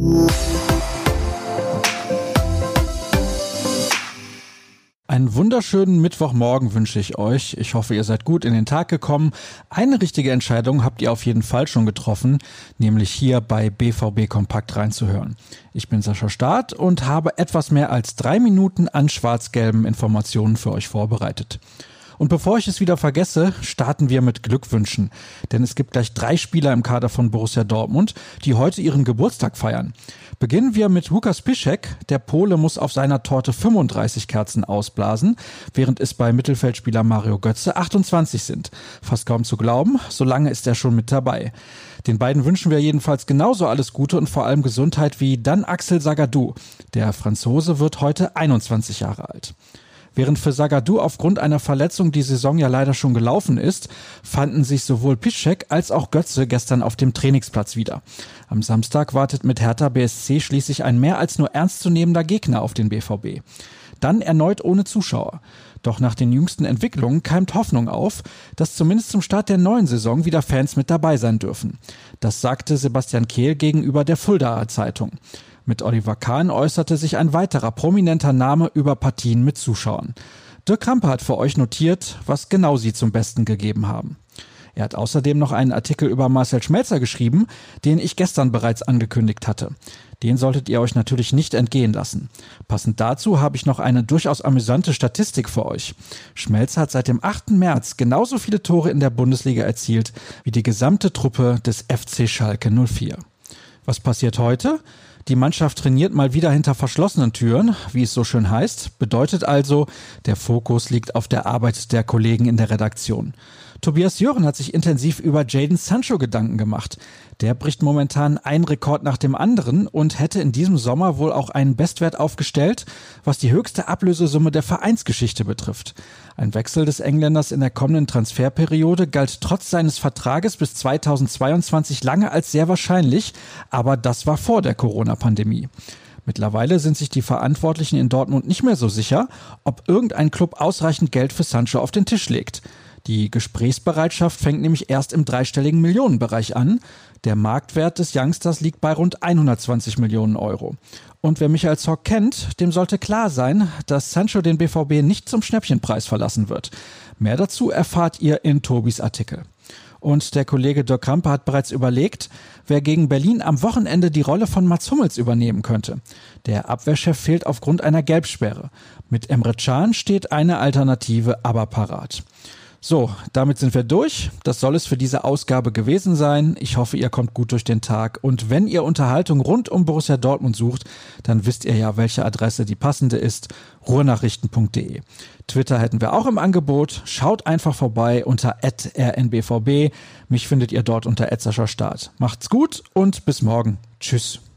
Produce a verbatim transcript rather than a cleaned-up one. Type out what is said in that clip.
Einen wunderschönen Mittwochmorgen wünsche ich euch. Ich hoffe, ihr seid gut in den Tag gekommen. Eine richtige Entscheidung habt ihr auf jeden Fall schon getroffen, nämlich hier bei B V B Kompakt reinzuhören. Ich bin Sascha Staat und habe etwas mehr als drei Minuten an schwarz-gelben Informationen für euch vorbereitet. Und bevor ich es wieder vergesse, starten wir mit Glückwünschen. Denn es gibt gleich drei Spieler im Kader von Borussia Dortmund, die heute ihren Geburtstag feiern. Beginnen wir mit Łukasz Piszczek. Der Pole muss auf seiner Torte fünfunddreißig Kerzen ausblasen, während es bei Mittelfeldspieler Mario Götze achtundzwanzig sind. Fast kaum zu glauben, so lange ist er schon mit dabei. Den beiden wünschen wir jedenfalls genauso alles Gute und vor allem Gesundheit wie dann Axel Sagadou. Der Franzose wird heute einundzwanzig Jahre alt. Während für Sagadou aufgrund einer Verletzung die Saison ja leider schon gelaufen ist, fanden sich sowohl Piszczek als auch Götze gestern auf dem Trainingsplatz wieder. Am Samstag wartet mit Hertha B S C schließlich ein mehr als nur ernstzunehmender Gegner auf den B V B. Dann erneut ohne Zuschauer. Doch nach den jüngsten Entwicklungen keimt Hoffnung auf, dass zumindest zum Start der neuen Saison wieder Fans mit dabei sein dürfen. Das sagte Sebastian Kehl gegenüber der Fuldaer Zeitung. Mit Oliver Kahn äußerte sich ein weiterer prominenter Name über Partien mit Zuschauern. Dirk Krampe hat für euch notiert, was genau sie zum Besten gegeben haben. Er hat außerdem noch einen Artikel über Marcel Schmelzer geschrieben, den ich gestern bereits angekündigt hatte. Den solltet ihr euch natürlich nicht entgehen lassen. Passend dazu habe ich noch eine durchaus amüsante Statistik für euch. Schmelzer hat seit dem achten März genauso viele Tore in der Bundesliga erzielt wie die gesamte Truppe des F C Schalke null vier. Was passiert heute? Die Mannschaft trainiert mal wieder hinter verschlossenen Türen, wie es so schön heißt. Bedeutet also, der Fokus liegt auf der Arbeit der Kollegen in der Redaktion. Tobias Jören hat sich intensiv über Jadon Sancho Gedanken gemacht. Der bricht momentan einen Rekord nach dem anderen und hätte in diesem Sommer wohl auch einen Bestwert aufgestellt, was die höchste Ablösesumme der Vereinsgeschichte betrifft. Ein Wechsel des Engländers in der kommenden Transferperiode galt trotz seines Vertrages bis zweitausendzweiundzwanzig lange als sehr wahrscheinlich, aber das war vor der Corona-Pandemie. Mittlerweile sind sich die Verantwortlichen in Dortmund nicht mehr so sicher, ob irgendein Club ausreichend Geld für Sancho auf den Tisch legt. Die Gesprächsbereitschaft fängt nämlich erst im dreistelligen Millionenbereich an. Der Marktwert des Youngsters liegt bei rund hundertzwanzig Millionen Euro. Und wer Michael Zorc kennt, dem sollte klar sein, dass Sancho den B V B nicht zum Schnäppchenpreis verlassen wird. Mehr dazu erfahrt ihr in Tobis Artikel. Und der Kollege Dirk Krampe hat bereits überlegt, wer gegen Berlin am Wochenende die Rolle von Mats Hummels übernehmen könnte. Der Abwehrchef fehlt aufgrund einer Gelbsperre. Mit Emre Can steht eine Alternative aber parat. So, damit sind wir durch. Das soll es für diese Ausgabe gewesen sein. Ich hoffe, ihr kommt gut durch den Tag. Und wenn ihr Unterhaltung rund um Borussia Dortmund sucht, dann wisst ihr ja, welche Adresse die passende ist. ruhrnachrichten punkt de. Twitter hätten wir auch im Angebot. Schaut einfach vorbei unter at r n b v b. Mich findet ihr dort unter at sascha staat. Macht's gut und bis morgen. Tschüss.